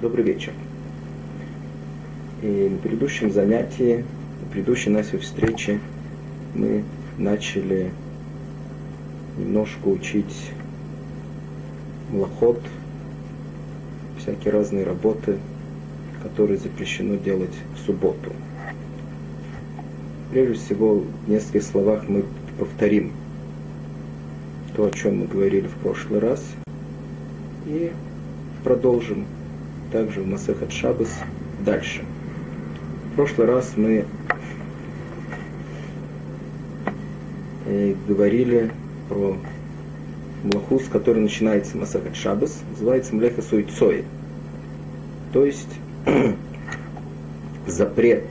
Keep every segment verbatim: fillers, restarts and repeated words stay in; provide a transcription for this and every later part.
Добрый вечер. И на предыдущем занятии, на предыдущей нашей встрече мы начали немножко учить млахот, всякие разные работы, которые запрещено делать в субботу. Прежде всего, в нескольких словах мы повторим то, о чем мы говорили в прошлый раз, и продолжим также в Масехет Шаббос дальше. В прошлый раз мы э, говорили про млаху, с которой начинается Масехет Шаббос, называется Млеха Суйцой, то есть запрет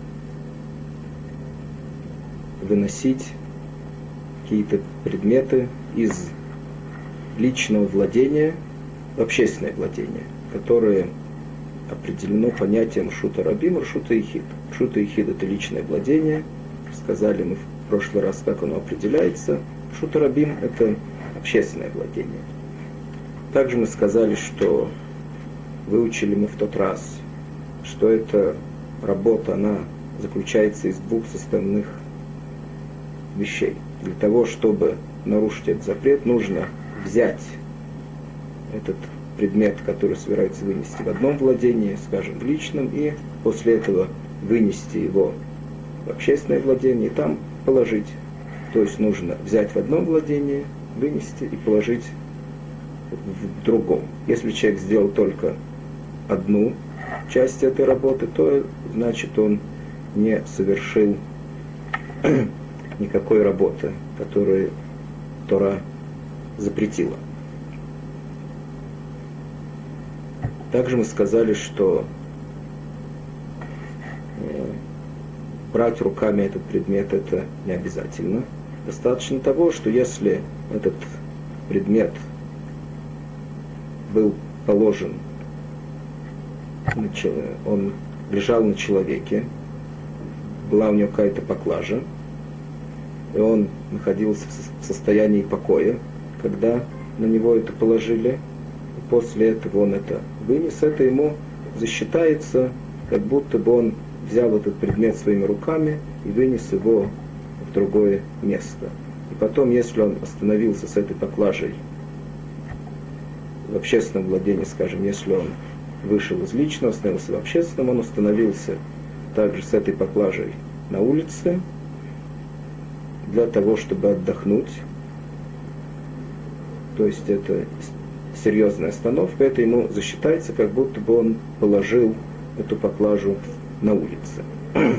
выносить какие-то предметы из личного владения в общественное владение, которое определено понятием Шута Рабим и Шута Ихид. Шута Ихид — это личное владение. Сказали мы в прошлый раз, как оно определяется. Шута Рабим — это общественное владение. Также мы сказали, что выучили мы в тот раз, что эта работа, она заключается из двух составных вещей. Для того, чтобы нарушить этот запрет, нужно взять этот предмет, который собирается вынести в одном владении, скажем, в личном, и после этого вынести его в общественное владение и там положить. То есть нужно взять в одном владении, вынести и положить в другом. Если человек сделал только одну часть этой работы, то значит он не совершил никакой работы, которую Тора запретила. Также мы сказали, что брать руками этот предмет это не обязательно. Достаточно того, что если этот предмет был положен, он лежал на человеке, была у него какая-то поклажа, и он находился в состоянии покоя, когда на него это положили, и после этого он это вынес, это ему засчитается, как будто бы он взял этот предмет своими руками и вынес его в другое место. И потом, если он остановился с этой поклажей в общественном владении, скажем, если он вышел из личного, остановился в общественном, он остановился также с этой поклажей на улице для того, чтобы отдохнуть. То есть это серьезная остановка, это ему засчитается, как будто бы он положил эту поклажу на улице.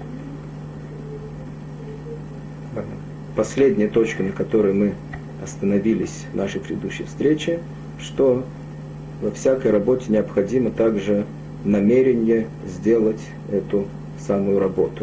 Последняя точка, на которой мы остановились в нашей предыдущей встрече, что во всякой работе необходимо также намерение сделать эту самую работу.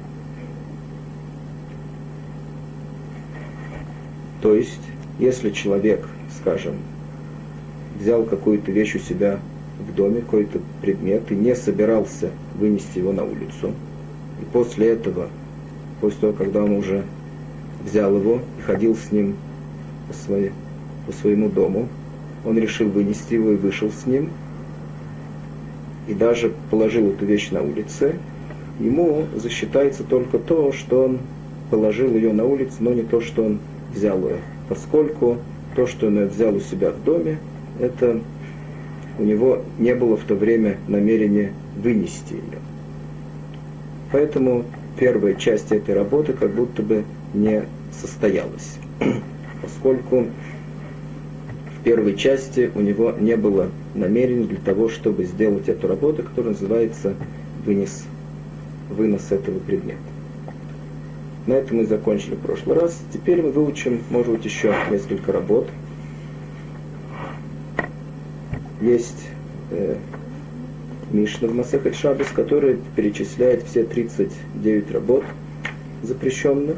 То есть, если человек, скажем, взял какую-то вещь у себя в доме, какой-то предмет, и не собирался вынести его на улицу, и после этого, после того, когда он уже взял его и ходил с ним по, своей, по своему дому, он решил вынести его и вышел с ним, и даже положил эту вещь на улице, ему засчитается только то, что он положил ее на улице, но не то, что он взял ее, поскольку то, что он взял у себя в доме, это у него не было в то время намерения вынести ее. Поэтому первая часть этой работы как будто бы не состоялась, поскольку в первой части у него не было намерения для того, чтобы сделать эту работу, которая называется вынес, вынос этого предмета. На этом мы закончили в прошлый раз. Теперь мы выучим, может быть, еще несколько работ. Есть э, Мишна в Масехет Шаббос, который перечисляет все тридцать девять работ запрещенных.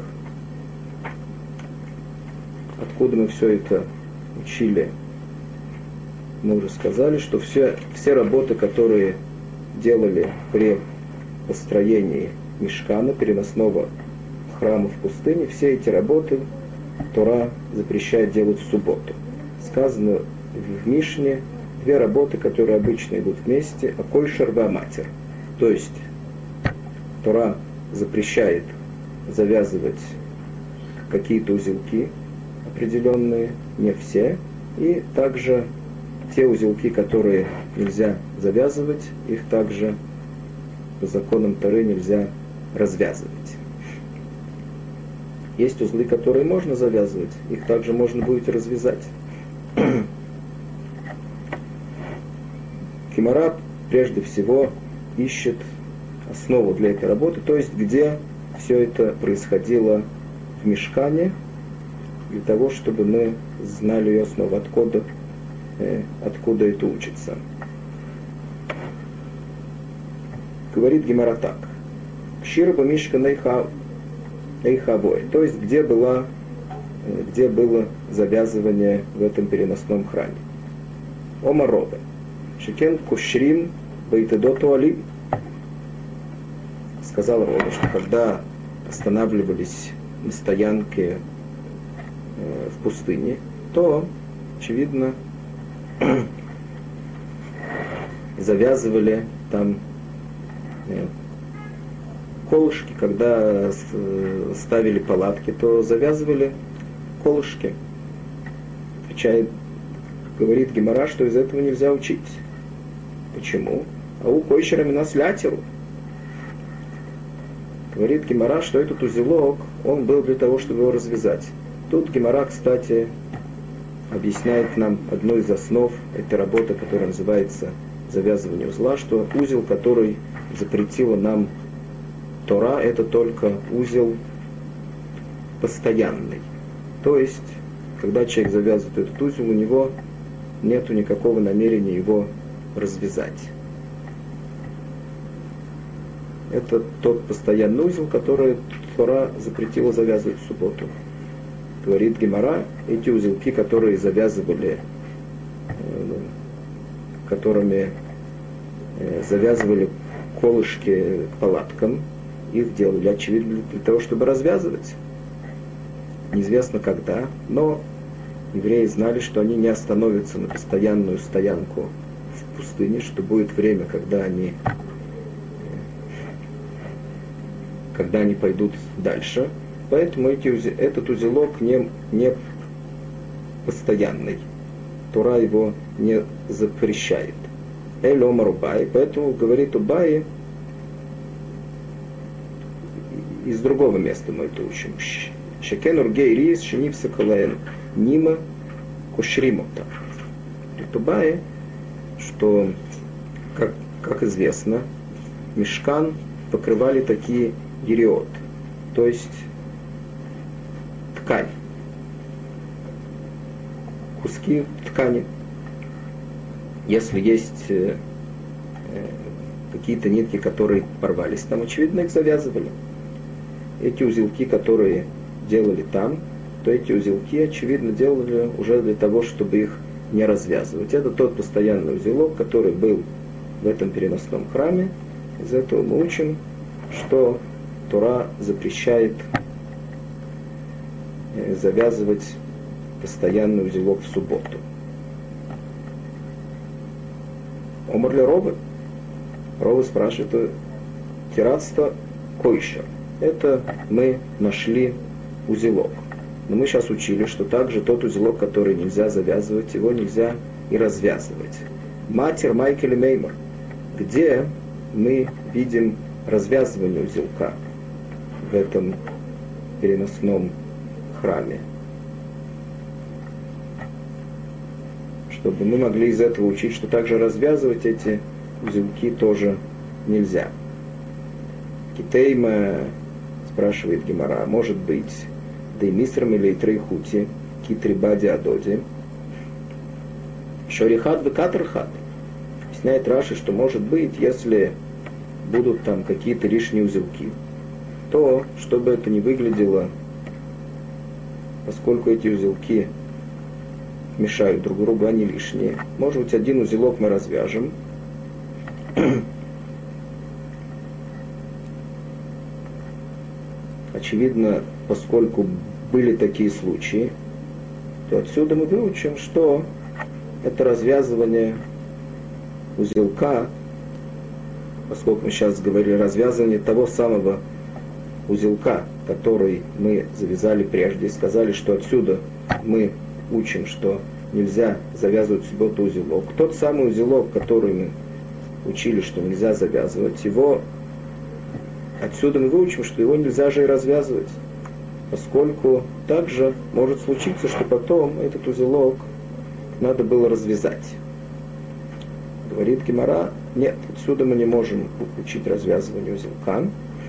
Откуда мы все это учили? Мы уже сказали, что все, все работы, которые делали при построении Мишкана, переносного храма в пустыне, все эти работы Тора запрещает делать в субботу. Сказано в Мишне: две работы, которые обычно идут вместе, акольшер ва матер. То есть Тора запрещает завязывать какие-то узелки определенные, не все, и также те узелки, которые нельзя завязывать, их также по законам Торы нельзя развязывать. Есть узлы, которые можно завязывать, их также можно будет развязать. Гемара прежде всего ищет основу для этой работы, то есть где все это происходило в Мишкане, для того, чтобы мы знали ее основу, откуда, э, откуда это учится. Говорит Гемара так. Кшира бамишка нейхавой, то есть где, была, где было завязывание в этом переносном храме. Омарове. Шекен кушрим байтедоту алим. Сказал Рове, что когда останавливались на стоянке э, в пустыне, то, очевидно, завязывали там э, колышки, когда ставили палатки, то завязывали колышки. Отвечает, говорит Гемара, что из этого нельзя учить. Почему? А у койшерами нас лятеру. Говорит Гемара, что этот узелок, он был для того, чтобы его развязать. Тут Гемара, кстати, объясняет нам одну из основ этой работы, которая называется завязывание узла, что узел, который запретила нам Тора, это только узел постоянный. То есть, когда человек завязывает этот узел, у него нет никакого намерения его развязать. Это тот постоянный узел, который Тора запретила завязывать в субботу. Говорит Гемара, эти узелки, которые завязывали, которыми завязывали колышки к палаткам, их делали, очевидно, для того, чтобы развязывать. Неизвестно когда, но евреи знали, что они не остановятся на постоянную стоянку в пустыне, что будет время, когда они, когда они пойдут дальше. Поэтому эти, этот узелок не, не постоянный. Тора его не запрещает. Эль омар Убай, поэтому говорит Убай, из другого места мы это учим. Шекен ургей рис шенипса калаэн нима кушримута. Говорит Убай, что, как, как известно, мишкан покрывали такие ериот, то есть ткань, куски ткани. Если есть э, э, какие-то нитки, которые порвались, там, очевидно, их завязывали. Эти узелки, которые делали там, то эти узелки, очевидно, делали уже для того, чтобы их не развязывать. Это тот постоянный узелок, который был в этом переносном храме. Из этого мы учим, что Тора запрещает э, завязывать постоянный узелок в субботу. Омар ли Ровы? Ровы спрашивает, тиратство койшер. Это мы нашли узелок. Но мы сейчас учили, что также тот узелок, который нельзя завязывать, его нельзя и развязывать. Матер Майкель Меймер. Где мы видим развязывание узелка в этом переносном храме? Чтобы мы могли из этого учить, что также развязывать эти узелки тоже нельзя. Китейма, спрашивает Гемара, может быть, деймисрам или трейхути, китрибади адоди, шорихат векатрхат. Объясняет Раши, что может быть, если будут там какие-то лишние узелки, то, чтобы это не выглядело, поскольку эти узелки мешают друг другу, они лишние. Может быть, один узелок мы развяжем. Очевидно, поскольку были такие случаи, то отсюда мы выучим, что это развязывание узелка, поскольку мы сейчас говорили о развязывании того самого узелка, который мы завязали прежде, и сказали, что отсюда мы учим, что нельзя завязывать в субботу узелок. Тот самый узелок, который мы учили, что нельзя завязывать, его отсюда мы выучим, что его нельзя же и развязывать, поскольку также может случиться, что потом этот узелок надо было развязать. Говорит Гемара, нет, отсюда мы не можем учить развязывание узелка.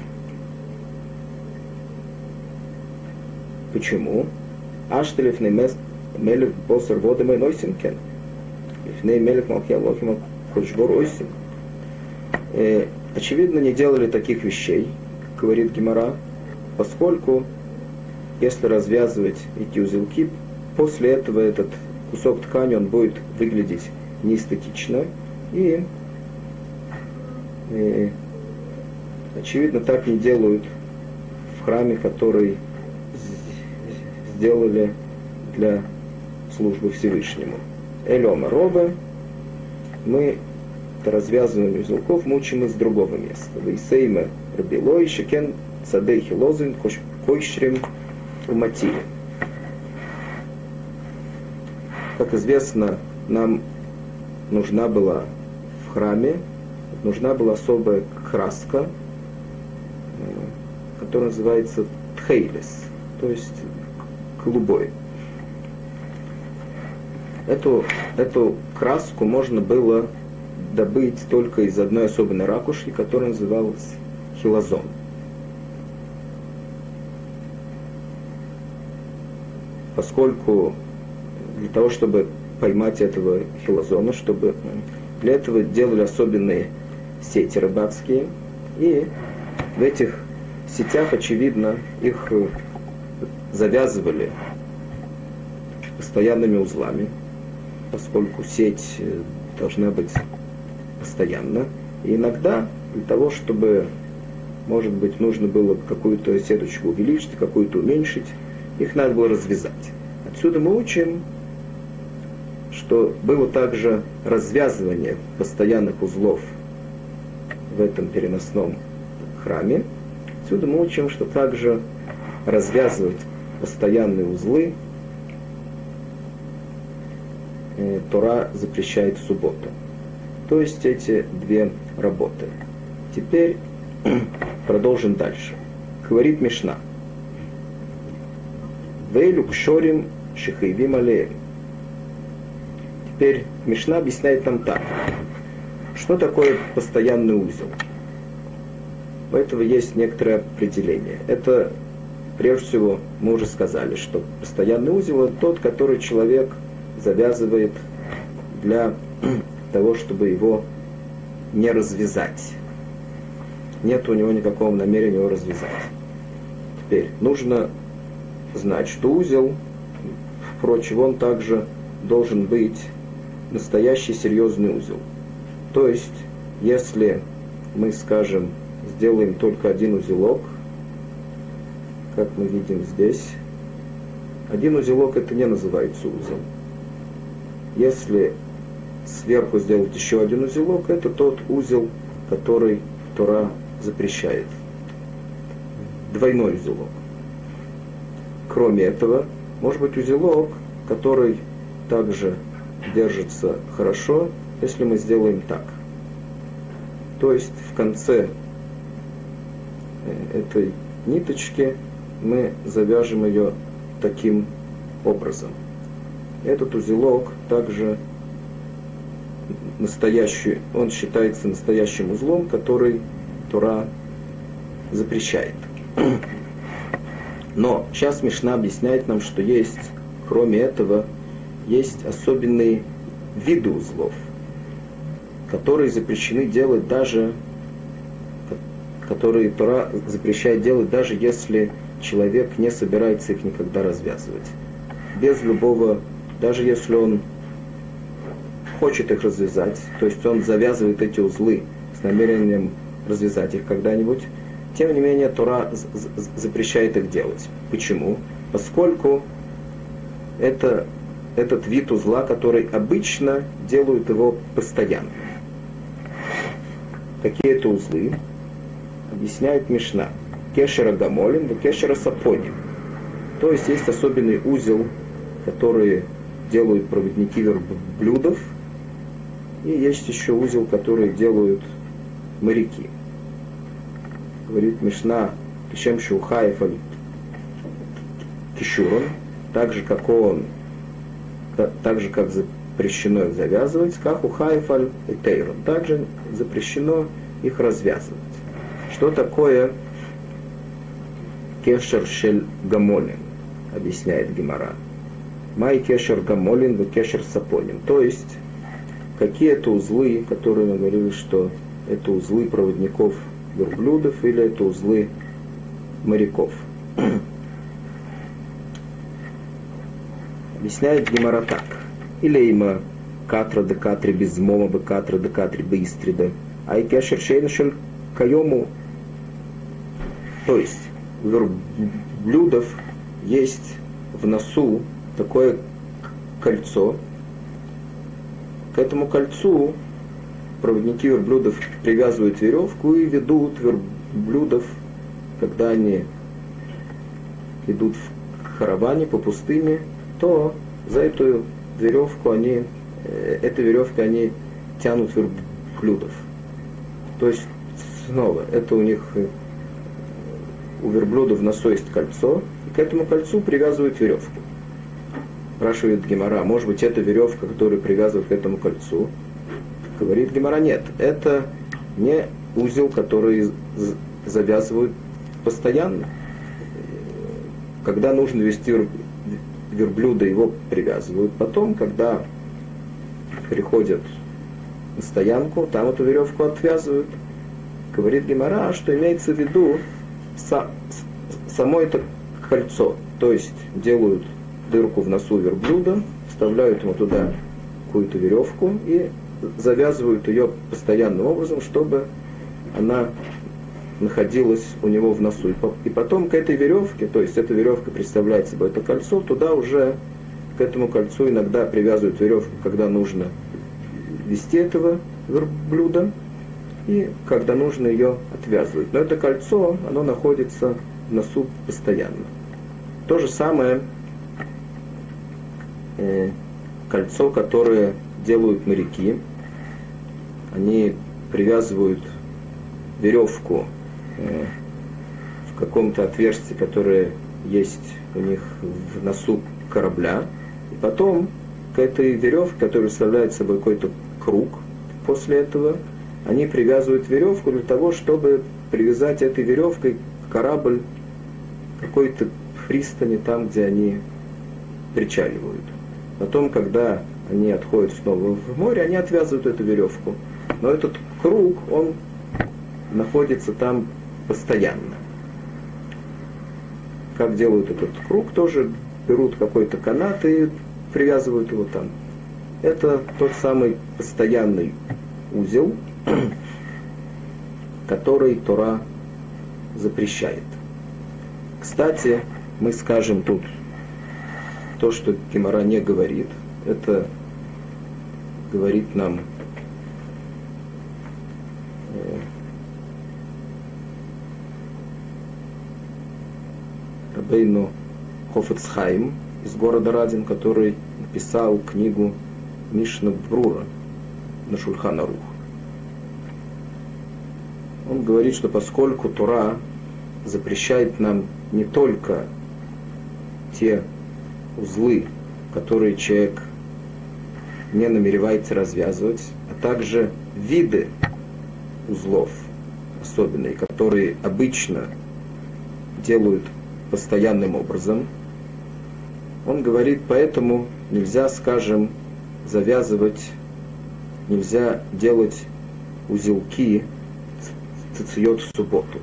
Почему? Аш лифней мелех босер водем и нойсинкен. Лифней мелех малхия лохима хочбор ойсин. Очевидно, не делали таких вещей, говорит Гемара, поскольку, если развязывать эти узелки, после этого этот кусок ткани, он будет выглядеть неэстетично, и, и очевидно, так не делают в храме, который сделали для службы Всевышнему. Элема Робе, мы развязывание узелков мы учим из другого места. Вейсейме Рабилой, Шекен Цадейхи Лозин, Койшрим Уматили. Как известно, нам нужна была в храме, нужна была особая краска, которая называется тхейлес, то есть голубой. Эту, эту краску можно было добыть только из одной особенной ракушки, которая называлась хилозон. Поскольку для того, чтобы поймать этого хилозона, чтобы для этого делали особенные сети рыбацкие, и в этих сетях, очевидно, их завязывали постоянными узлами, поскольку сеть должна быть постоянно. И иногда для того, чтобы, может быть, нужно было какую-то сеточку увеличить, какую-то уменьшить, их надо было развязать. Отсюда мы учим, что было также развязывание постоянных узлов в этом переносном храме. Отсюда мы учим, что также развязывать постоянные узлы э, Тора запрещает в субботу. То есть эти две работы. Теперь продолжим дальше. Говорит Мишна. Вейлю кшорим шехейвим алеем. Теперь Мишна объясняет нам так. Что такое постоянный узел? У этого есть некоторое определение. Это, прежде всего, мы уже сказали, что постоянный узел – это тот, который человек завязывает для того, чтобы его не развязать. Нет у него никакого намерения его развязать. Теперь нужно знать, что узел, впрочем, он также должен быть настоящий серьезный узел. То есть, если мы, скажем, сделаем только один узелок, как мы видим здесь, один узелок это не называется узел. Если сверху сделать еще один узелок, это тот узел, который Тора запрещает. Двойной узелок. Кроме этого, может быть узелок, который также держится хорошо, если мы сделаем так. То есть в конце этой ниточки мы завяжем ее таким образом. Этот узелок также настоящий, он считается настоящим узлом, который Тора запрещает. Но сейчас Мишна объясняет нам, что есть, кроме этого, есть особенные виды узлов, которые запрещены делать даже, которые Тора запрещает делать, даже если человек не собирается их никогда развязывать. Без любого, даже если он хочет их развязать, то есть он завязывает эти узлы с намерением развязать их когда-нибудь, тем не менее Тора запрещает их делать. Почему? Поскольку это, этот вид узла, который обычно делают его постоянно. Какие это узлы? Объясняет Мишна. Кешера гамолин, да кешера сапоним. То есть есть особенный узел, который делают проводники верблюдов, и есть еще узел, который делают моряки. Говорит Мишна, кишем шухаефаль кишурон, так же как он, так же как запрещено их завязывать, как у хайфаль и тейрон, также запрещено их развязывать. Что такое кешер шель гамолин, объясняет Гемара. Май кешер гамолин, в кешер сапоним. То есть, какие это узлы, которые мы говорили, что это узлы проводников верблюдов или это узлы моряков. Объясняет Гемара так. Или има катра де катри без мома бы катра де катри быстрида. А и кешер шейншель кайому. То есть, у верблюдов есть в носу такое кольцо. К этому кольцу проводники верблюдов привязывают веревку и ведут верблюдов, когда они идут в караване по пустыне, то за эту веревку они, этой веревкой они тянут верблюдов. То есть снова, это у них, у верблюда в носу есть кольцо, и к этому кольцу привязывают веревку. Спрашивает Гемара, может быть, это веревка, которую привязывают к этому кольцу? Говорит Гемара, нет, это не узел, который завязывают постоянно. Когда нужно вести верблюда, его привязывают. Потом, когда приходят на стоянку, там эту веревку отвязывают. Говорит Гемара, что имеется в виду са, само это кольцо. То есть делают дырку в носу верблюда, вставляют ему туда какую-то веревку и завязывают ее постоянным образом, чтобы она находилась у него в носу. И потом к этой веревке, то есть эта веревка представляет собой это кольцо, туда уже к этому кольцу иногда привязывают веревку, когда нужно вести этого верблюда, и когда нужно ее отвязывать. Но это кольцо, оно находится в носу постоянно. То же самое э, кольцо, которое делают моряки. Они привязывают веревку э, в каком-то отверстии, которое есть у них в носу корабля. И потом к этой веревке, которая представляет собой какой-то круг, после этого они привязывают веревку для того, чтобы привязать этой веревкой корабль к какой-то пристани, там, где они причаливают. Потом, когда они отходят снова в море, они отвязывают эту веревку. Но этот круг, он находится там постоянно. Как делают этот круг, тоже берут какой-то канат и привязывают его там. Это тот самый постоянный узел, который Тора запрещает. Кстати, мы скажем тут то, что Гемара не говорит. Это говорит нам э, Рабейну Хофец Хаим из города Радин, который написал книгу Мишна Брура на Шульхан Арух. Он говорит, что поскольку Тора запрещает нам не только те узлы, которые человек не намеревается развязывать, а также виды узлов особенные, которые обычно делают постоянным образом. Он говорит, поэтому нельзя, скажем, завязывать, нельзя делать узелки цицит в субботу.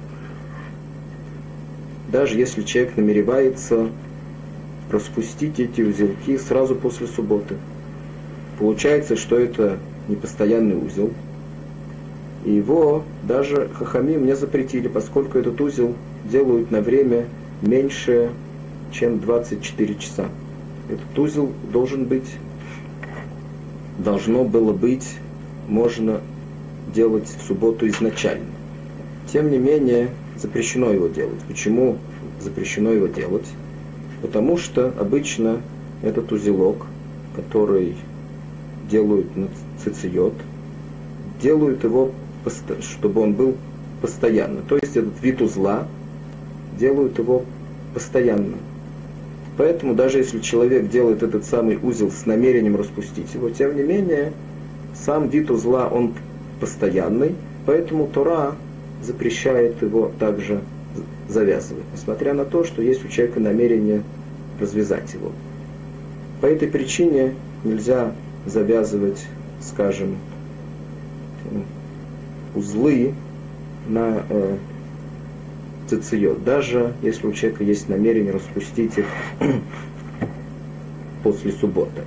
Даже если человек намеревается распустить эти узелки сразу после субботы. Получается, что это непостоянный узел. И его даже хахамим не запретили, поскольку этот узел делают на время меньше, чем двадцать четыре часа. Этот узел должен быть, должно было быть можно делать в субботу изначально. Тем не менее, запрещено его делать. Почему запрещено его делать? Потому что обычно этот узелок, который делают на цициот, делают его, чтобы он был постоянно. То есть этот вид узла делают его постоянно. Поэтому даже если человек делает этот самый узел с намерением распустить его, тем не менее, сам вид узла, он постоянный, поэтому Тора запрещает его также завязывать, несмотря на то, что есть у человека намерение развязать его. По этой причине нельзя завязывать, скажем, узлы на э, цициот, даже если у человека есть намерение распустить их после субботы.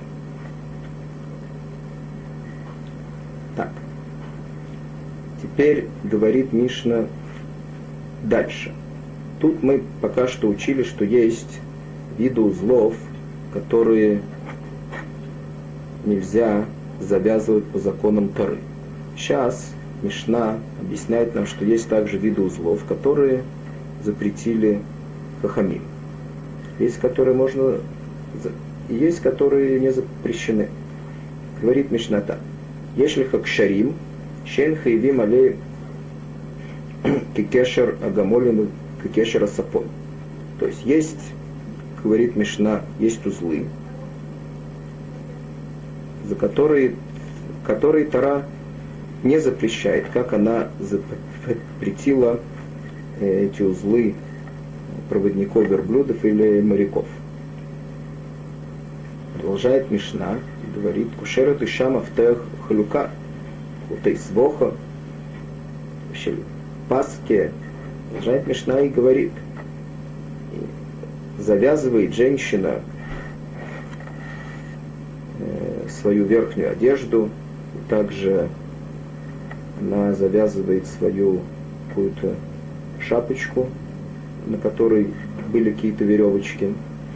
Так. Теперь говорит Мишна дальше. Тут мы пока что учили, что есть виды узлов, которые нельзя завязывать по законам Торы. Сейчас Мишна объясняет нам, что есть также виды узлов, которые запретили хахамим. Есть, которые можно, и есть, которые не запрещены. Говорит Мишна так. Если хакшарим, шен хаивим алей кекешер агамолин кекешер асапон. То есть есть, говорит Мишна, есть узлы, за которые, которые Тора не запрещает, как она запретила эти узлы проводников верблюдов или моряков. Продолжает Мишна и говорит: кушерет и шам автех халюка, утейсвоха, паске. Продолжает Мишна и говорит: завязывает женщина свою верхнюю одежду, и также она завязывает свою какую-то шапочку, на которой были какие-то веревочки.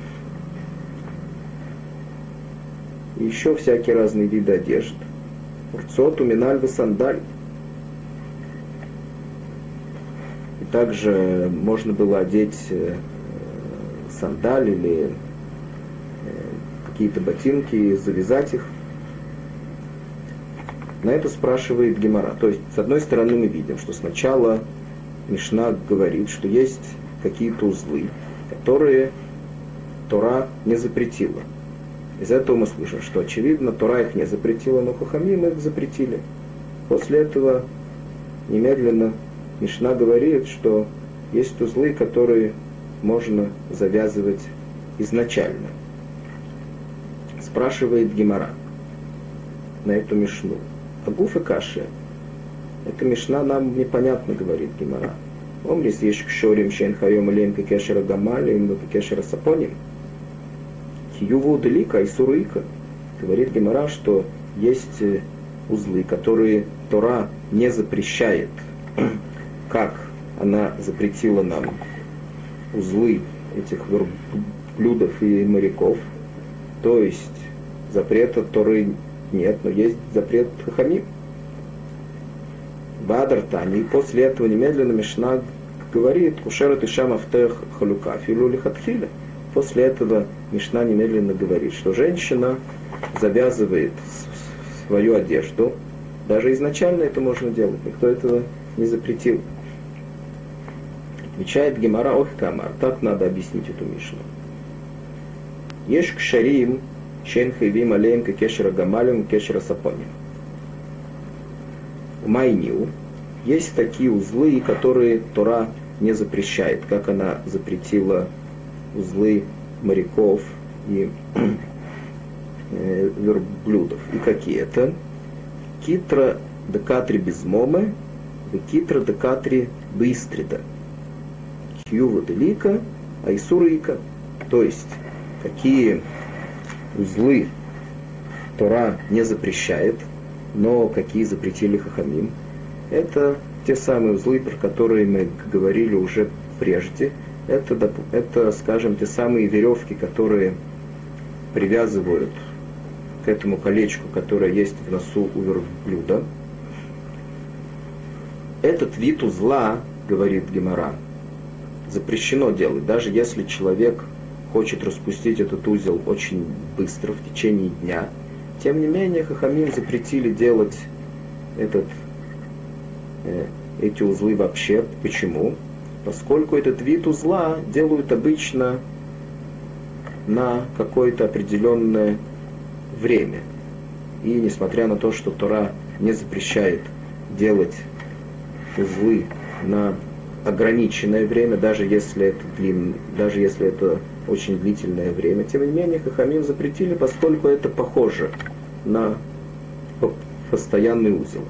И еще всякие разные виды одежд. Урцот, уминаль, сандаль. И также можно было одеть сандаль или какие-то ботинки, завязать их. На это спрашивает Гемара. То есть, с одной стороны, мы видим, что сначала Мишна говорит, что есть какие-то узлы, которые Тора не запретила. Из этого мы слышим, что, очевидно, Тора их не запретила, но хахамим их запретили. После этого немедленно Мишна говорит, что есть узлы, которые можно завязывать изначально. Спрашивает Гемара на эту Мишну. Агуф и каши. Эта Мишна нам непонятно, говорит Гемара. Омрис еш кшорим шен хайом лем кекешера гамалим кекешера сапоним. Киюву делика и суруика. Говорит Гемара, что есть узлы, которые Тора не запрещает, как она запретила нам узлы этих верблюдов и моряков. То есть запрета Торы нет, но есть запрет хахамим. Бадар Тани. И после этого немедленно Мишна говорит: кушерет и шам автех халюка филу лихатхиля. После этого Мишна немедленно говорит, что женщина завязывает свою одежду. Даже изначально это можно делать, никто этого не запретил. Отвечает Гемара: ох камар. Так надо объяснить эту Мишну. Еш кшарим шен хайвим алеем кекешера гамалим кекешера сапоним. Майнил. Есть такие узлы, которые Тора не запрещает, как она запретила узлы моряков и э, верблюдов. И какие это? Китра декатри безмомы, и китра декатри быстрида. Кьюва делика, айсурика. То есть, какие узлы Тора не запрещает, но какие запретили хахамим. Это те самые узлы, про которые мы говорили уже прежде. Это, это, скажем, те самые веревки, которые привязывают к этому колечку, которое есть в носу у верблюда. этот вид узла, говорит Гемара, запрещено делать, даже если человек хочет распустить этот узел очень быстро, в течение дня. Тем не менее, хахамим запретили делать этот, э, эти узлы вообще. Почему? Поскольку этот вид узла делают обычно на какое-то определенное время. И несмотря на то, что Тора не запрещает делать узлы на ограниченное время, даже если это длин, даже если это очень длительное время, тем не менее хахамим запретили, поскольку это похоже на постоянный узел.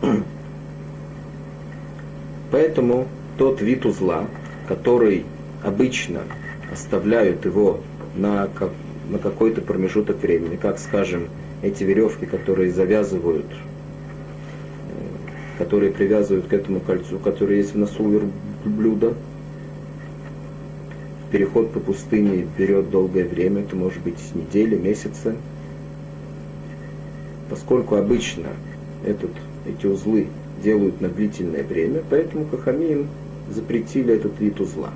Поэтому тот вид узла, который обычно оставляют его на, как, на какой-то промежуток времени, как, скажем, эти веревки, которые завязывают, которые привязывают к этому кольцу, которое есть в носу верблюда. Переход по пустыне берет долгое время, это может быть недели, месяцы. Поскольку обычно этот, эти узлы делают на длительное время, поэтому хахамим запретили этот вид узла.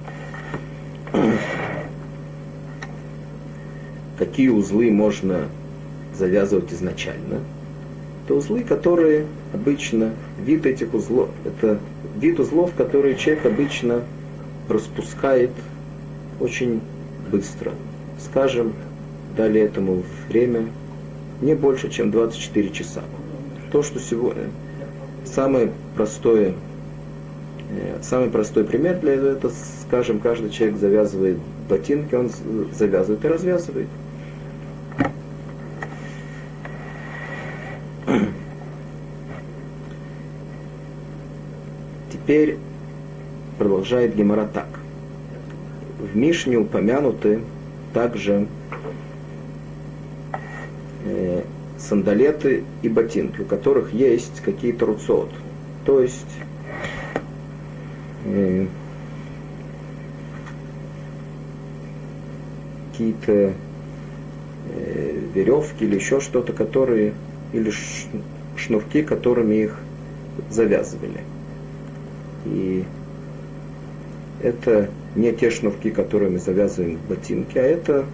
Какие узлы можно завязывать изначально? Это узлы, которые обычно, вид этих узлов, это вид узлов, которые человек обычно распускает очень быстро. Скажем, дали этому время не больше, чем двадцать четыре часа. То, что сегодня самое простое, самый простой пример для этого, это, скажем, каждый человек завязывает ботинки, он завязывает и развязывает. Теперь продолжает Гемара так. В Мишне упомянуты также э, сандалеты и ботинки, у которых есть какие-то руцот, то есть э, какие-то э, веревки или еще что-то, которые, или шнурки, которыми их завязывали. И это не те шнурки, которыми завязываем ботинки, а это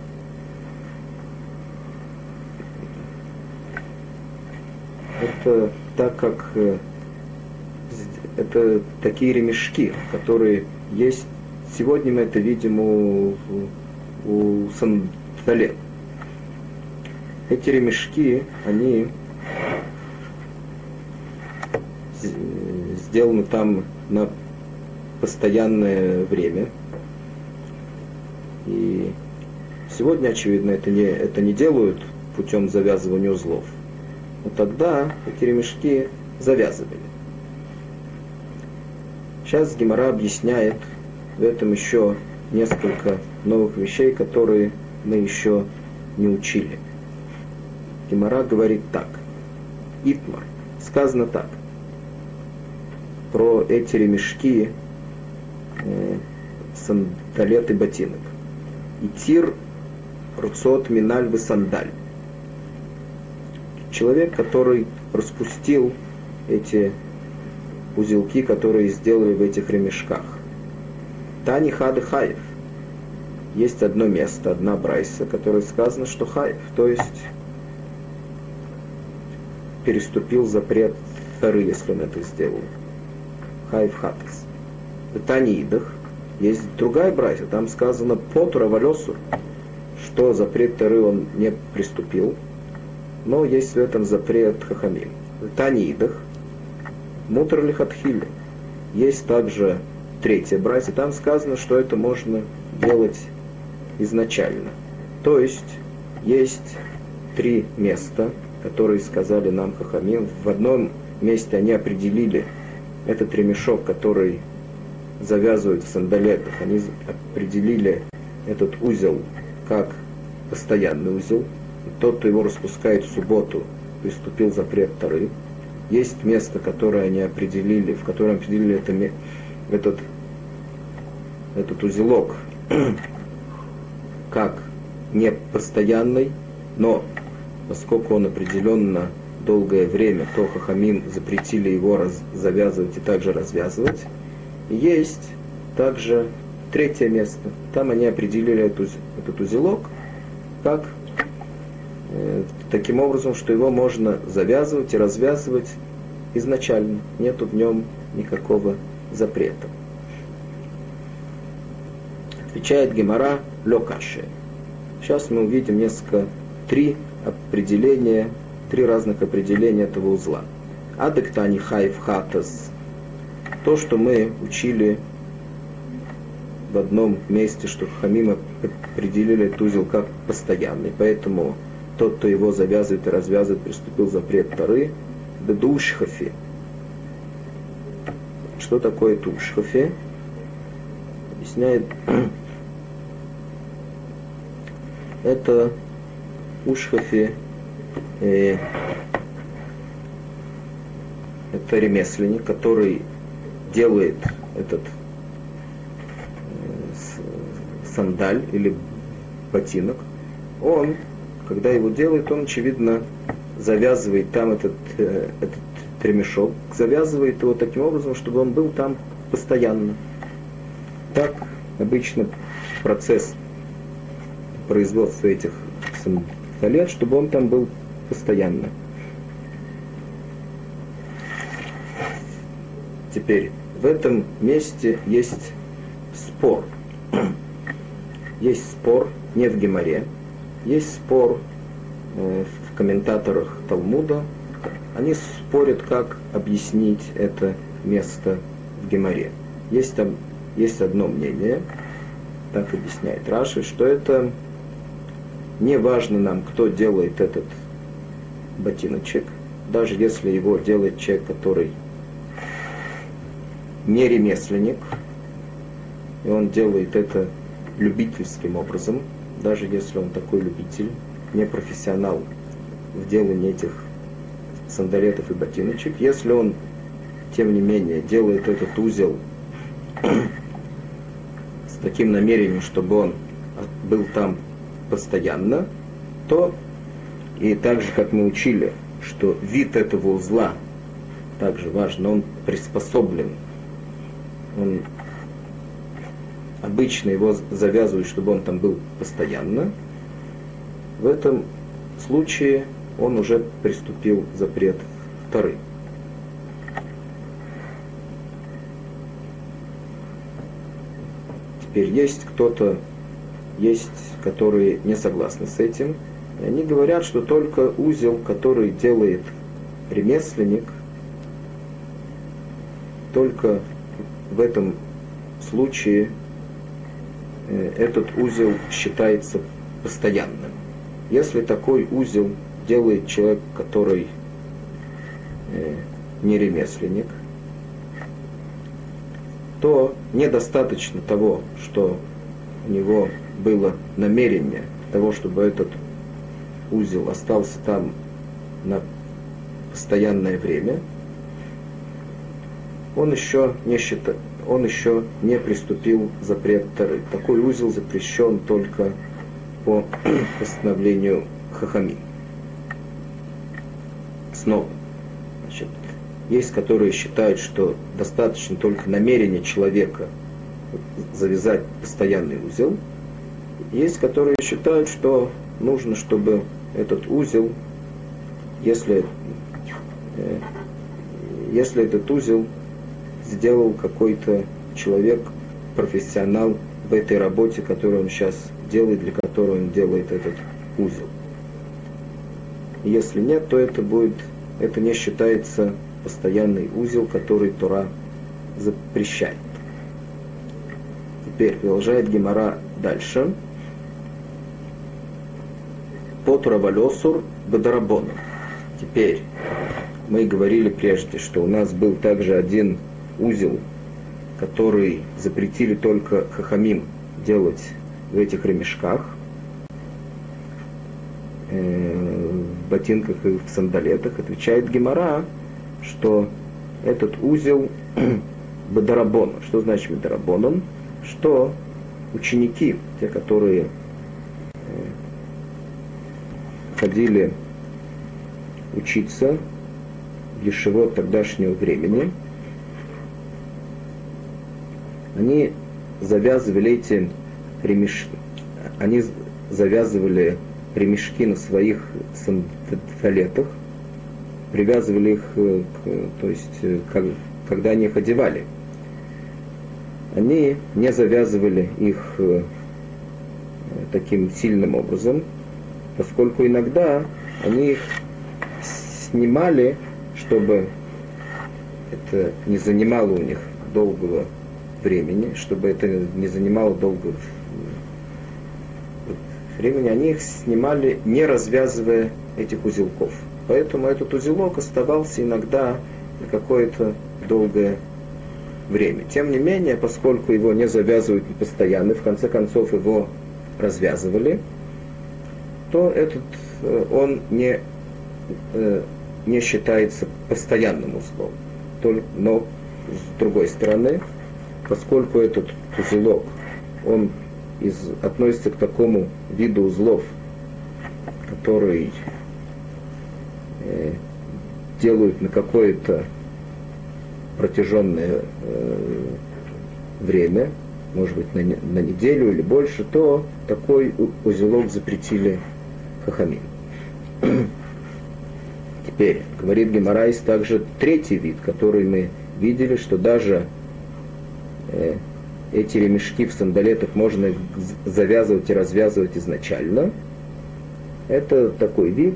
это так как это такие ремешки, которые есть. Сегодня мы это видим у, у сандалет. Эти ремешки, они сделаны там на постоянное время. И сегодня, очевидно, это не, это не делают путем завязывания узлов. Но тогда эти ремешки завязывали. Сейчас Гемара объясняет в этом еще несколько новых вещей, которые мы еще не учили. Гемара говорит так. Итмар. Сказано так. Про эти ремешки, э, сандалет и ботинок. Итир руцот миналь вы сандаль. Человек, который распустил эти узелки, которые сделали в этих ремешках. Тани хады хаев. Есть одно место, одна брайса, которое сказано, что хаев, то есть переступил запрет Торы, если он это сделал. Хаев хатас. В Таниидах есть другая брайса, там сказано потура валесур, что запрет Торы он не приступил, но есть в этом запрет хахамим. В Таниидах мутр лихатхили. Есть также третья брайса, там сказано, что это можно делать изначально. То есть есть три места, которые сказали нам хахамим. В одном месте они определили этот ремешок, который завязывают в сандалетах, они определили этот узел как постоянный узел. И тот, кто его распускает в субботу, приступил запрет Торы. Есть место, которое они определили, в котором определили это, этот, этот узелок как не постоянный, но поскольку он определенно долгое время, то хахамим запретили его раз, завязывать и также развязывать. И есть также третье место. Там они определили эту, этот узелок как э, таким образом, что его можно завязывать и развязывать изначально. Нету в нем никакого запрета. Отвечает Гемара лёкаше. Сейчас мы увидим несколько, три определения, три разных определения этого узла. Адектани хайф хатас. То, что мы учили в одном месте, что хахамим определили этот узел как постоянный. Поэтому тот, кто его завязывает и развязывает, приступил запрет Торы. Бедушхафи. Что такое тушхафи? Объясняет, это ушхафи, э, это ремесленник, который делает этот э, сандаль или ботинок. Он, когда его делает, он, очевидно, завязывает там этот, э, этот ремешок, завязывает его таким образом, чтобы он был там постоянно. Так обычно процесс производства этих сандалет, чтобы он там был постоянно. Теперь в этом месте есть спор. Есть спор не в Гемаре, есть спор э, в комментаторах Талмуда. Они спорят, как объяснить это место в Гемаре. Есть там есть одно мнение, так объясняет Раши, что это не важно нам, кто делает этот ботиночек, даже если его делает человек, который не ремесленник, и он делает это любительским образом, даже если он такой любитель, не профессионал в делании этих сандалетов и ботиночек, если он, тем не менее, делает этот узел с таким намерением, чтобы он был там постоянно, то и так же, как мы учили, что вид этого узла также важен, он приспособлен, он обычно его завязывают, чтобы он там был постоянно. В этом случае он уже приступил запрет Торы. Теперь есть кто-то, есть, которые не согласны с этим. И они говорят, что только узел, который делает ремесленник, только в этом случае этот узел считается постоянным. Если такой узел делает человек, который не ремесленник, то недостаточно того, что у него было намерение того, чтобы этот узел остался там на постоянное время, он еще не считает, он еще не приступил запрет Торы. Такой узел запрещен только по постановлению Хахамим. Снова, значит, есть, которые считают, что достаточно только намерения человека завязать постоянный узел. Есть, которые считают, что нужно, чтобы этот узел, если, э, если этот узел сделал какой-то человек, профессионал в этой работе, которую он сейчас делает, для которой он делает этот узел. Если нет, то это будет, это не считается постоянный узел, который Тора запрещает. Теперь продолжает Гемара дальше. Потура валесур бадарабону. Теперь мы говорили прежде, что у нас был также один узел, который запретили только хахамим делать в этих ремешках, в ботинках и в сандалетах. Отвечает Гемара, что этот узел бадарабон. Что значит бадарабон? Что ученики, те, которые ходили учиться в ешивот тогдашнего времени, они завязывали эти ремешки, они завязывали ремешки на своих сандалетах, привязывали их, к, то есть, как, когда они их одевали. Они не завязывали их таким сильным образом, поскольку иногда они их снимали, чтобы это не занимало у них долгого времени, чтобы это не занимало долгого времени, они их снимали, не развязывая этих узелков. Поэтому этот узелок оставался иногда на какое-то долгое время. Тем не менее, поскольку его не завязывают постоянно, в конце концов его развязывали, то этот, он не, не считается постоянным узлом. Но, с другой стороны, поскольку этот узелок, он из, относится к такому виду узлов, который э, делают на какое-то протяженное э, время, может быть, на, на неделю или больше, то такой узелок запретили хахамим. Теперь, говорит Гемара, есть также третий вид, который мы видели, что даже э, эти ремешки в сандалетах можно завязывать и развязывать изначально. Это такой вид.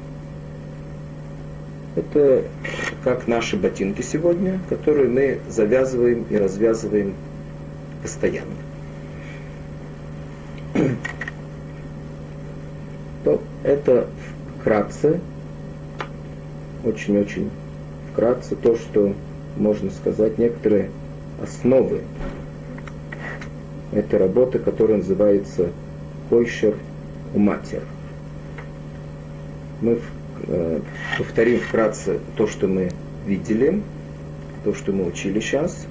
Это как наши ботинки сегодня, которые мы завязываем и развязываем постоянно. То это вкратце, очень-очень вкратце, то, что можно сказать, некоторые основы этой работы, которая называется койшер уматер. Мы э, повторим вкратце то, что мы видели, то, что мы учили сейчас.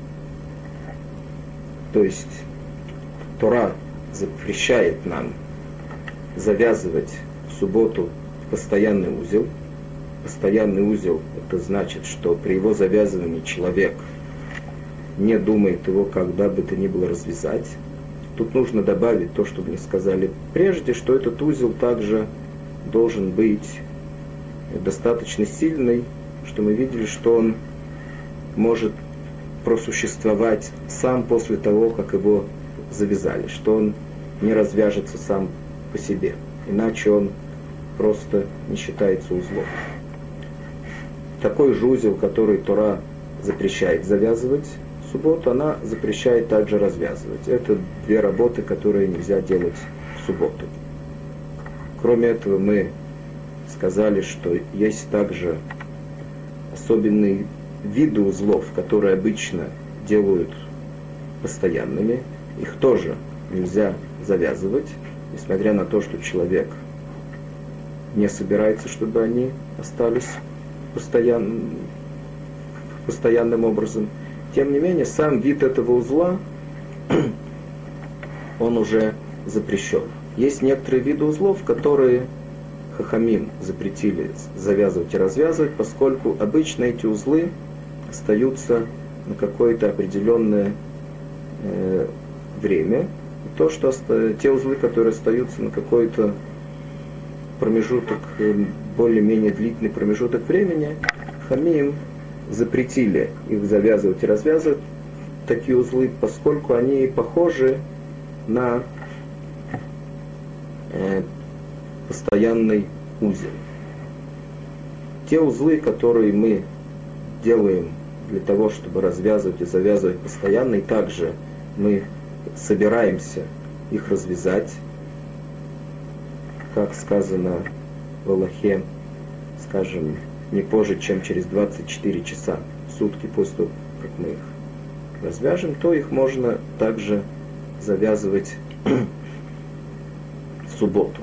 То есть Тора запрещает нам завязывать в субботу постоянный узел. Постоянный узел – это значит, что при его завязывании человек не думает его когда бы то ни было развязать. Тут нужно добавить то, что мы сказали прежде, что этот узел также должен быть достаточно сильный, что мы видели, что он может просуществовать сам после того, как его завязали, что он не развяжется сам по себе, иначе он просто не считается узлом. Такой же узел, который Тора запрещает завязывать в субботу, она запрещает также развязывать. Это две работы, которые нельзя делать в субботу. Кроме этого, мы сказали, что есть также особенные виды узлов, которые обычно делают постоянными. Их тоже нельзя завязывать, несмотря на то, что человек не собирается, чтобы они остались постоян... постоянным образом. Тем не менее, сам вид этого узла, он уже запрещен. Есть некоторые виды узлов, которые хахамим запретили завязывать и развязывать, поскольку обычно эти узлы остаются на какое-то определенное э, время. И то, что оста... те узлы, которые остаются на какой-то промежуток, более-менее длительный промежуток времени, хахамим запретили их завязывать и развязывать, такие узлы, поскольку они похожи на э, постоянный узел. Те узлы, которые мы делаем для того, чтобы развязывать и завязывать постоянно, и также мы собираемся их развязать, как сказано в Аллахе, скажем, не позже, чем через двадцать четыре часа в сутки после того, как мы их развяжем, то их можно также завязывать в субботу.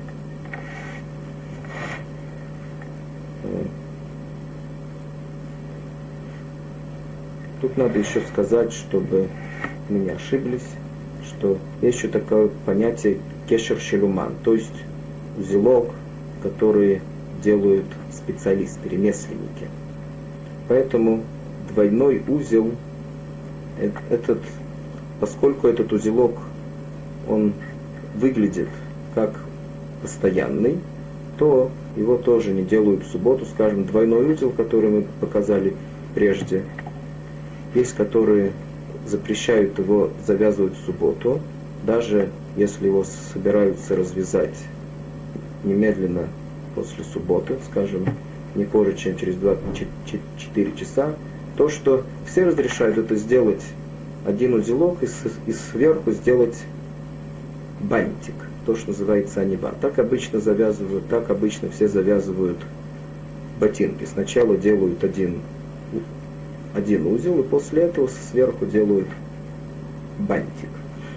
Тут надо еще сказать, чтобы мы не ошиблись, что есть еще такое понятие кешер шелуман, то есть узелок, который делают специалисты, ремесленники. Поэтому двойной узел, этот, поскольку этот узелок, он выглядит как постоянный, то его тоже не делают в субботу. Скажем, двойной узел, который мы показали прежде, есть, которые запрещают его завязывать в субботу, даже если его собираются развязать немедленно после субботы, скажем, не позже, чем через двадцать четыре часа, то, что все разрешают это сделать один узелок и, с, и сверху сделать бантик, то, что называется анива. Так обычно завязывают, так обычно все завязывают ботинки. Сначала делают один, один узел, и после этого сверху делают бантик.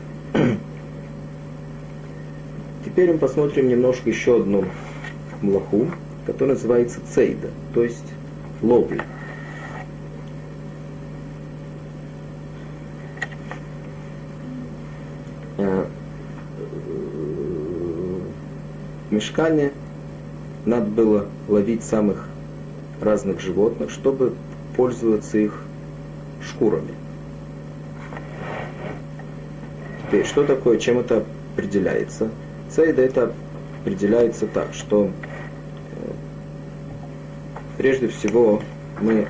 Теперь мы посмотрим немножко еще одну млаху, которая называется цейда, то есть ловля. В мишкане надо было ловить самых разных животных, чтобы пользоваться их шкурами. Теперь, что такое, чем это определяется? Цейда это определяется так, что прежде всего мы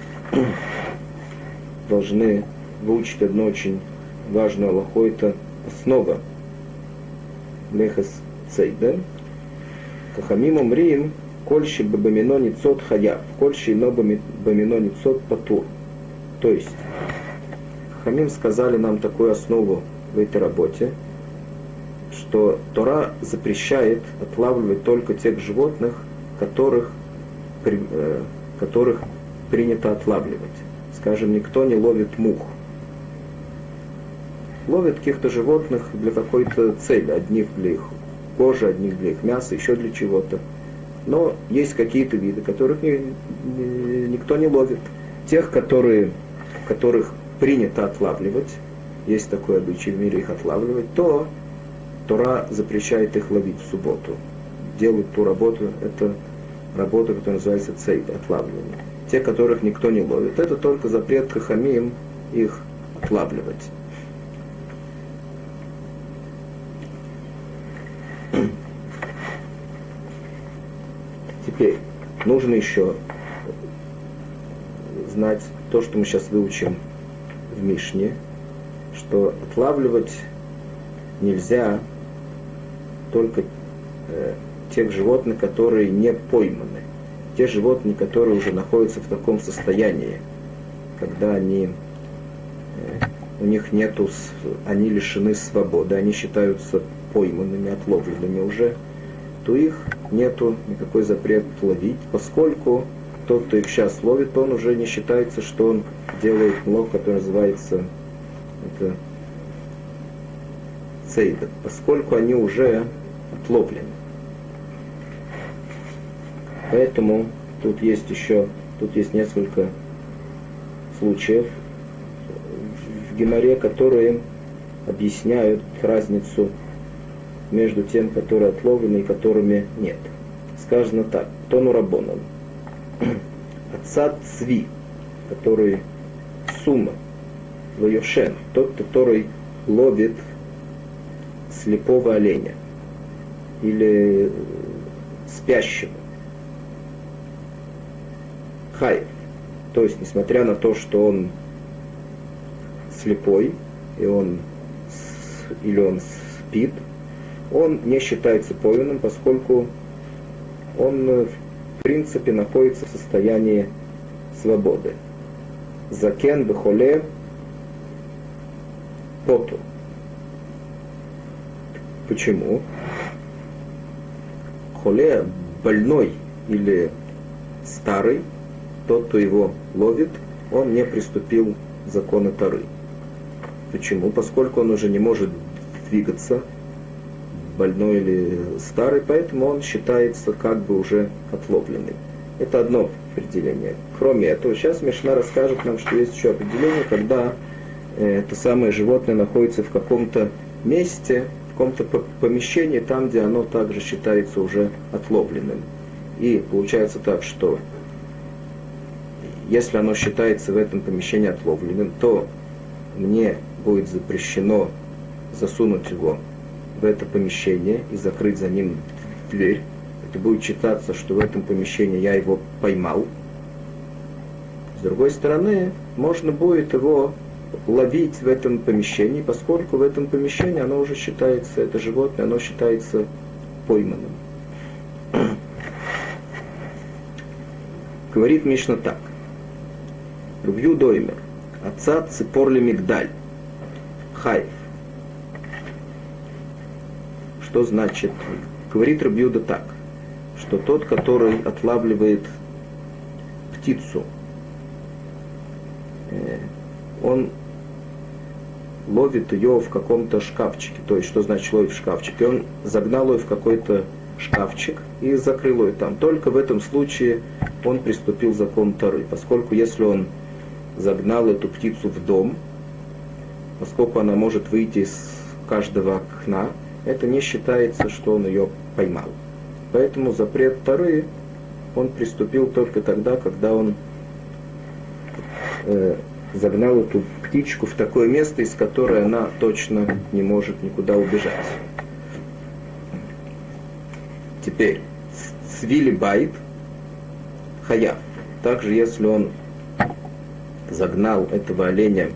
должны выучить одну очень важную алаху, это основа мехас цейда. Хахамим омрим, кольши бабамино ницот хаяв, кольши ино бабамино ницот патур. То есть, Хахамим сказали нам такую основу в этой работе, что Тора запрещает отлавливать только тех животных, которых, э, которых принято отлавливать. Скажем, никто не ловит мух. Ловят каких-то животных для какой-то цели, одних для их кожи, одних для их мяса, еще для чего-то. Но есть какие-то виды, которых не, не, никто не ловит. Тех, которые, которых принято отлавливать, есть такой обычай в мире их отлавливать, то Тора запрещает их ловить в субботу. Делают ту работу, это работа, которая называется цейд, отлавливание. Те, которых никто не ловит, это только запрет хахамим их отлавливать. Теперь нужно еще знать то, что мы сейчас выучим в Мишне, что отлавливать нельзя только э, тех животных, которые не пойманы. Те животные, которые уже находятся в таком состоянии, когда они, э, у них нету, они лишены свободы, они считаются пойманными, отловленными уже, то их нету никакой запрет ловить, поскольку тот, кто их сейчас ловит, он уже не считается, что он делает млох, который называется это, цейда, поскольку они уже отловлены. Поэтому тут есть еще, тут есть несколько случаев в Гемаре, которые объясняют разницу между тем, которые отловлены и которыми нет. Сказано так: тону рабонан. Отца цви, который сума, лоешен, тот, который ловит слепого оленя или спящего. Хайф, то есть, несмотря на то, что он слепой, и он, или он спит, он не считается пойманным, поскольку он, в принципе, находится в состоянии свободы. Закен бехоле поту. Почему? Холе, больной или старый, тот, кто его ловит, он не приступил к закону Торы. Почему? Поскольку он уже не может двигаться, больной или старый, поэтому он считается как бы уже отловленным. Это одно определение. Кроме этого, сейчас Мишна расскажет нам, что есть еще определение, когда э, это самое животное находится в каком-то месте, в каком-то помещении, там, где оно также считается уже отловленным. И получается так, что если оно считается в этом помещении отловленным, то мне будет запрещено засунуть его в это помещение и закрыть за ним дверь. Это будет считаться, что в этом помещении я его поймал. С другой стороны, можно будет его ловить в этом помещении, поскольку в этом помещении оно уже считается, это животное, оно считается пойманным. Говорит Мишна так. Рав Юда оймер, отца ципор ле мигдаль, хайф. Что значит? Говорит Рав Юда так, что тот, который отлавливает птицу, он ловит ее в каком-то шкафчике. То есть, что значит ловит в шкафчике? Он загнал ее в какой-то шкафчик и закрыл ее там. Только в этом случае он приступил закон Торы. Поскольку если он загнал эту птицу в дом, поскольку она может выйти из каждого окна, это не считается, что он ее поймал. Поэтому запрет Торы он приступил только тогда, когда он э, загнал эту птичку в такое место, из которого она точно не может никуда убежать. Теперь, цвили байт, хаяв. Также, если он загнал этого оленя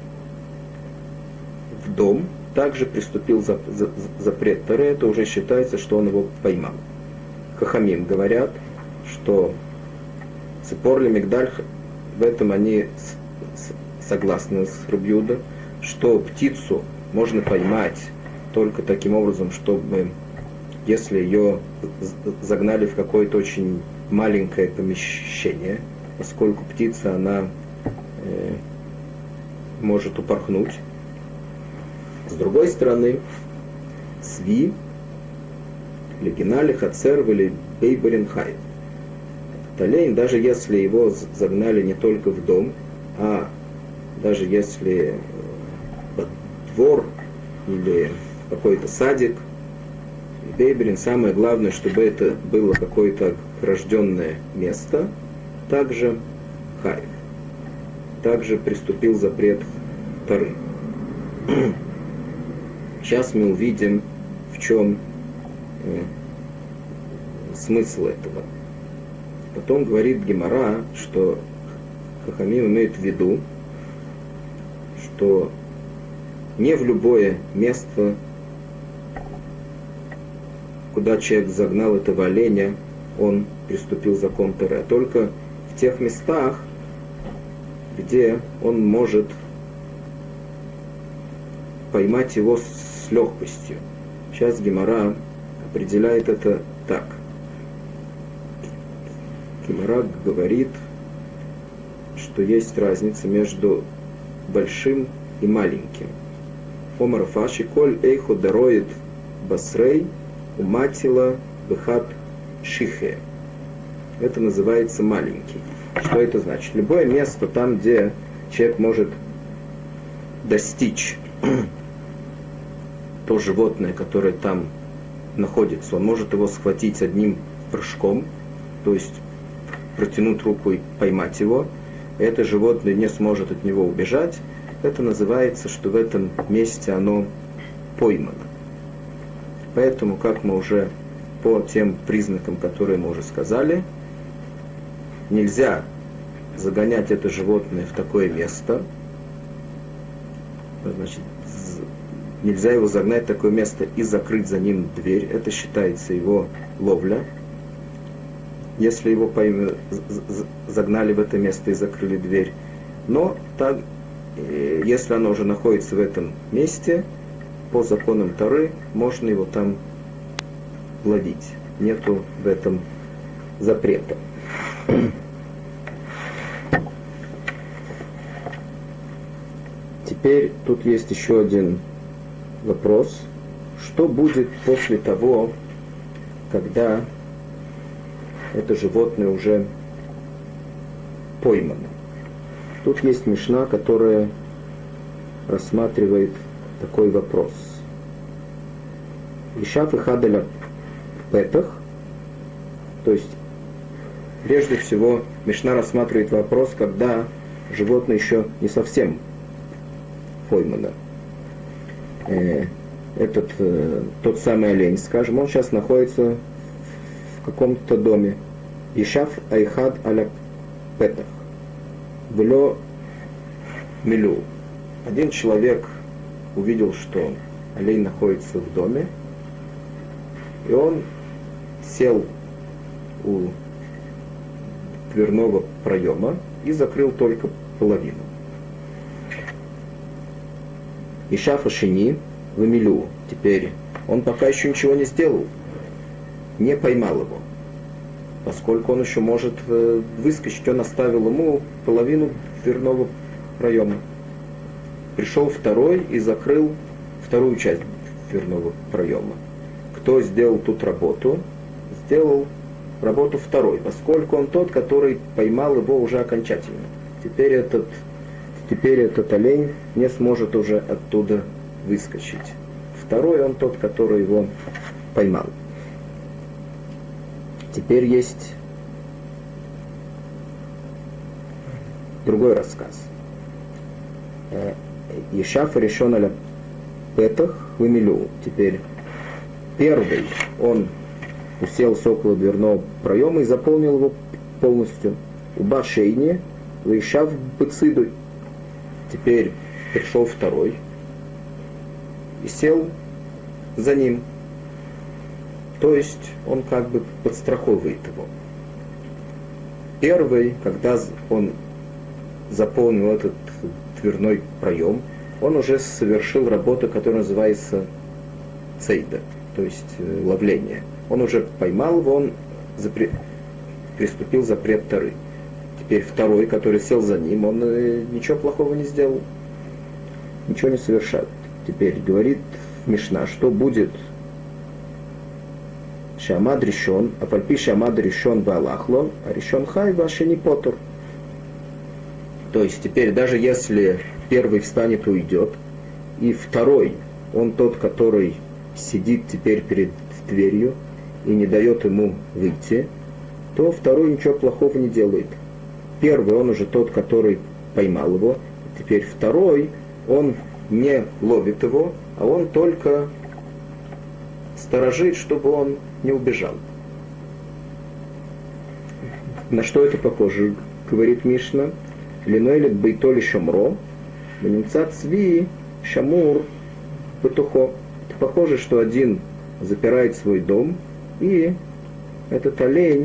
в дом, также приступил за, за, запрет Торы, это уже считается, что он его поймал. Хахамим говорят, что ципор ле мигдаль, в этом они с, с, согласны с Рав Юда, что птицу можно поймать только таким образом, чтобы, если ее загнали в какое-то очень маленькое помещение, поскольку птица, она э, может упорхнуть. С другой стороны, сви, легинали, хацер или бейбарин хай. Олень, даже если его загнали не только в дом, а даже если под двор или какой-то садик, бейбарин, самое главное, чтобы это было какое-то огражденное место, также хай. Также приступил запрет Торы. Сейчас мы увидим, в чем э, смысл этого. Потом говорит Гемара, что Хахамим имеет в виду, что не в любое место, куда человек загнал этого оленя, он приступил закон Торы, а только в тех местах, где он может поймать его с легкостью. Сейчас Гемара определяет это так. Гемара говорит, что есть разница между большим и маленьким. Омар фаши коль эйхо дароид басрей уматила бехат шихе. Это называется маленький. Что это значит? Любое место там, где человек может достичь то животное, которое там находится, он может его схватить одним прыжком, то есть протянуть руку и поймать его, и это животное не сможет от него убежать. Это называется, что в этом месте оно поймано. Поэтому, как мы уже по тем признакам, которые мы уже сказали, нельзя загонять это животное в такое место, значит, нельзя его загнать в такое место и закрыть за ним дверь. Это считается его ловля. Если его пойм... загнали в это место и закрыли дверь. Но так, если оно уже находится в этом месте, по законам Торы можно его там ловить. Нету в этом запрета. Теперь тут есть еще один вопрос. Что будет после того, когда это животное уже поймано? Тут есть мишна, которая рассматривает такой вопрос. Ишаф и хаделя петах, то есть Прежде всего, Мишна рассматривает вопрос, когда животное еще не совсем поймано. Э, этот, э, тот самый олень, скажем, он сейчас находится в каком-то доме. Ишав айхад аля петах. Вло милю. Один человек увидел, что олень находится в доме, и он сел у дверного проема и закрыл только половину. Ишафа шини в милю. Теперь он пока еще ничего не сделал, не поймал его, поскольку он еще может выскочить. Он оставил ему половину дверного проема. Пришел второй и закрыл вторую часть дверного проема. Кто сделал тут работу? Сделал работу второй, поскольку он тот, который поймал его уже окончательно. Теперь этот, теперь этот олень не сможет уже оттуда выскочить. Второй он тот, который его поймал. Теперь есть другой рассказ. Ешаф решен аля петах в милю. Теперь первый он уселся около дверного проема и заполнил его полностью. Уба шейни, вейшав быцидуй. Теперь пришел второй и сел за ним. То есть он как бы подстраховывает его. Первый, когда он заполнил этот дверной проем, он уже совершил работу, которая называется цейда, то есть ловление. Он уже поймал его, он запре... приступил запрет Торы. Теперь второй, который сел за ним, он ничего плохого не сделал, ничего не совершает. Теперь говорит Мишна, что будет Шамад решен, а пальпи Шамад решен балахло, а решен хай ваши не потур. То есть теперь даже если первый встанет и уйдет, и второй, он тот, который сидит теперь перед дверью и не дает ему выйти, то второй ничего плохого не делает. Первый, он уже тот, который поймал его, теперь второй, он не ловит его, а он только сторожит, чтобы он не убежал. На что это похоже? Говорит Мишна. Линойлет бейтоли шамро, ванимца цви шамур бетухо. Это похоже, что один запирает свой дом, и этот олень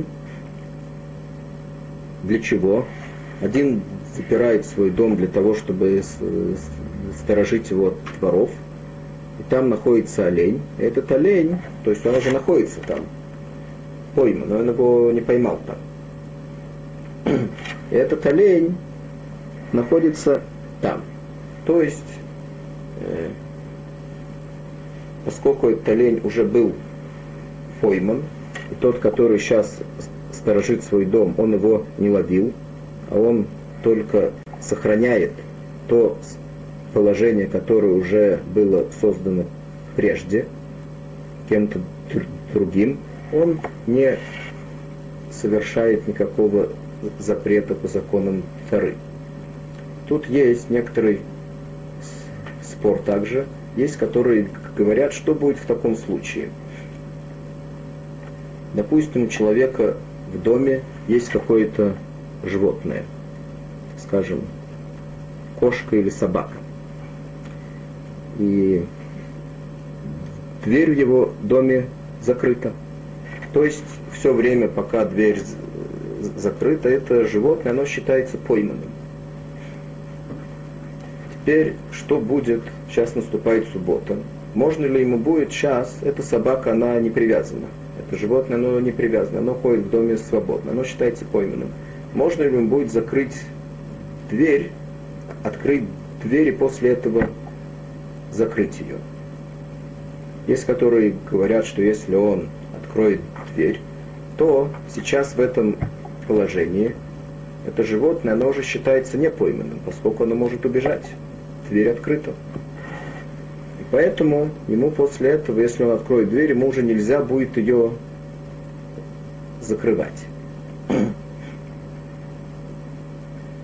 для чего? Один запирает свой дом для того, чтобы сторожить его от воров, и там находится олень. И этот олень, то есть он уже находится там, пойман, но он его не поймал там. И этот олень находится там. То есть, э, поскольку этот олень уже был пойман, и тот, который сейчас сторожит свой дом, он его не ловил, а он только сохраняет то положение, которое уже было создано прежде кем-то другим, он не совершает никакого запрета по законам Торы. Тут есть некоторый спор также, есть, которые говорят, что будет в таком случае. Допустим, у человека в доме есть какое-то животное, скажем, кошка или собака. И дверь в его доме закрыта. То есть все время, пока дверь закрыта, это животное, оно считается пойманным. Теперь, что будет? Сейчас наступает суббота. Можно ли ему будет сейчас, эта собака, она не привязана. Это животное, оно не привязано, оно ходит в доме свободно, оно считается пойманным. Можно ли ему будет закрыть дверь, открыть дверь и после этого закрыть ее? Есть, которые говорят, что если он откроет дверь, то сейчас в этом положении это животное, оно уже считается не пойманным, поскольку оно может убежать. Дверь открыта. И поэтому ему после этого, если он откроет дверь, ему уже нельзя будет ее закрывать.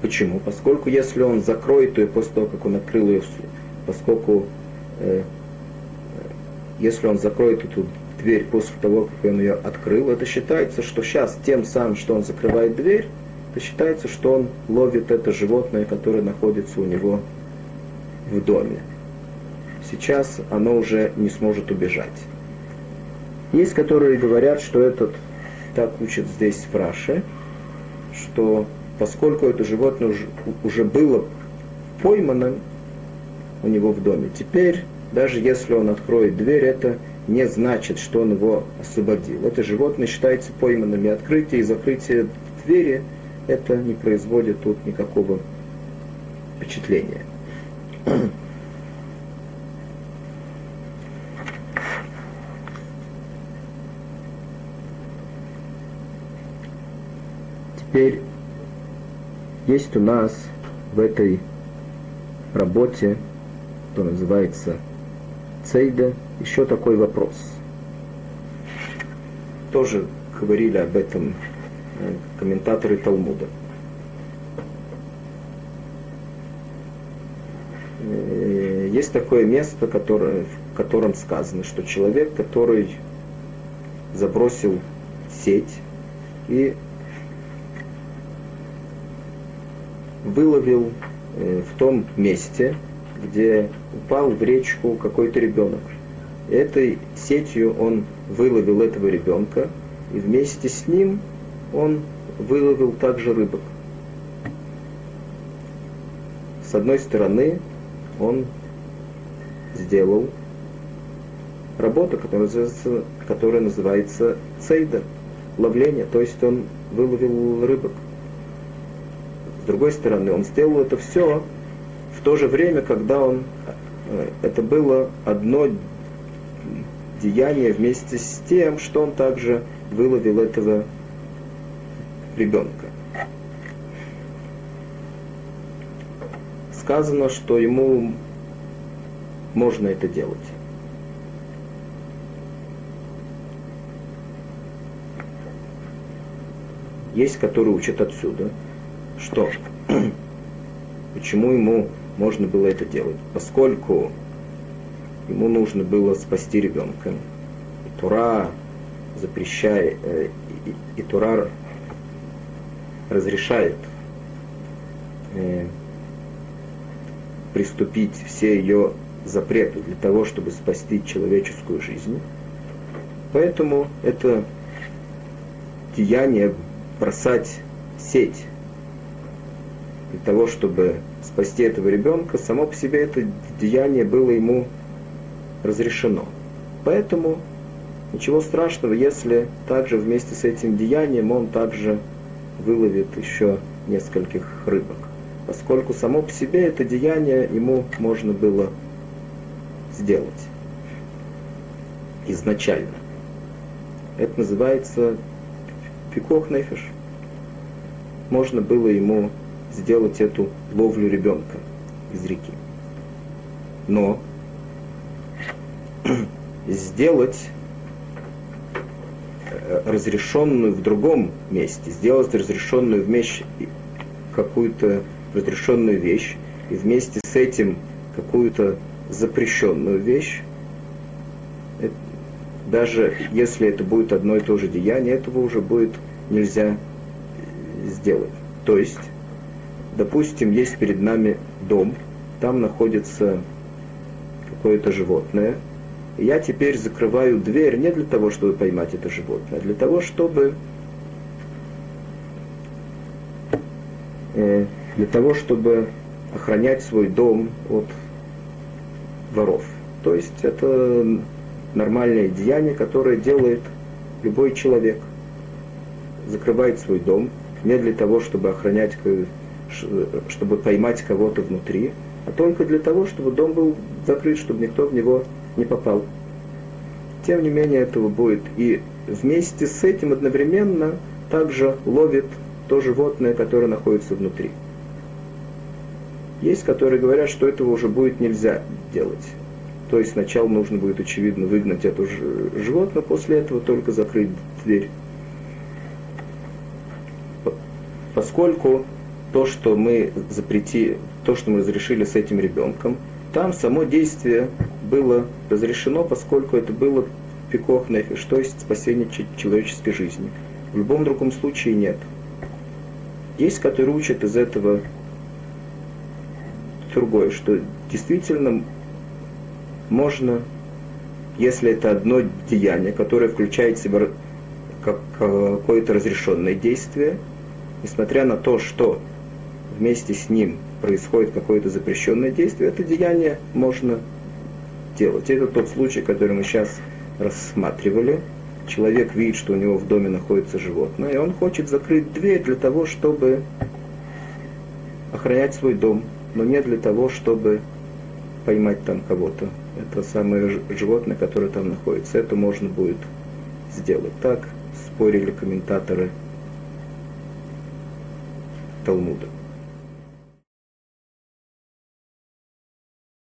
Почему? Поскольку если он закроет ее после того, как он открыл ее, поскольку э, если он закроет эту дверь после того, как он ее открыл, это считается, что сейчас тем самым, что он закрывает дверь, это считается, что он ловит это животное, которое находится у него в доме. Сейчас оно уже не сможет убежать. Есть, которые говорят, что этот, так учат здесь в Раши, что поскольку это животное уже, уже было поймано у него в доме, теперь, даже если он откроет дверь, это не значит, что он его освободил. Это животное считается пойманным, и открытие и закрытие двери это не производит тут никакого впечатления. Теперь есть у нас в этой работе, что называется цейда, еще такой вопрос. Тоже говорили об этом комментаторы Талмуда. Есть такое место, которое, в котором сказано, что человек, который забросил сеть и выловил в том месте, где упал в речку какой-то ребенок. И этой сетью он выловил этого ребенка, и вместе с ним он выловил также рыбок. С одной стороны, он сделал работу, которая называется, которая называется цейда, ловление, то есть он выловил рыбок. С другой стороны, он сделал это все в то же время, когда он, это было одно деяние вместе с тем, что он также выловил этого ребенка. Сказано, что ему можно это делать. Есть, которые учат отсюда, что почему ему можно было это делать? Поскольку ему нужно было спасти ребенка. И Тора запрещает, и, и, и Тора разрешает э, приступить все ее запреты для того, чтобы спасти человеческую жизнь. Поэтому это деяние бросать сеть для того, чтобы спасти этого ребенка, само по себе это деяние было ему разрешено. Поэтому ничего страшного, если также вместе с этим деянием он также выловит еще нескольких рыбок. Поскольку само по себе это деяние ему можно было сделать изначально. Это называется пикох нефеш. Можно было ему сделать эту ловлю ребенка из реки. Но сделать разрешенную в другом месте, сделать разрешенную вещь, какую-то разрешенную вещь, и вместе с этим какую-то запрещенную вещь, это, даже если это будет одно и то же деяние, этого уже будет нельзя сделать. То есть, допустим, есть перед нами дом, там находится какое-то животное, и я теперь закрываю дверь не для того, чтобы поймать это животное, а для того, чтобы э, для того, чтобы охранять свой дом от воров. То есть это нормальное деяние, которое делает любой человек. Закрывает свой дом не для того, чтобы охранять, чтобы поймать кого-то внутри, а только для того, чтобы дом был закрыт, чтобы никто в него не попал. Тем не менее, этого будет. И вместе с этим одновременно также ловит то животное, которое находится внутри. Есть, которые говорят, что этого уже будет нельзя делать. То есть сначала нужно будет, очевидно, выгнать это животное, после этого только закрыть дверь. Поскольку то, что мы запрети, то, что мы разрешили с этим ребенком, там само действие было разрешено, поскольку это было пикох нефиш, то есть спасение человеческой жизни. В любом другом случае нет. Есть, которые учат из этого другое, что действительно можно, если это одно деяние, которое включает в себя как какое-то разрешенное действие, несмотря на то, что вместе с ним происходит какое-то запрещенное действие, это деяние можно делать. Это тот случай, который мы сейчас рассматривали. Человек видит, что у него в доме находится животное, и он хочет закрыть дверь для того, чтобы охранять свой дом, но не для того, чтобы поймать там кого-то. Это самое животное, которое там находится. Это можно будет сделать. Так спорили комментаторы Талмуда.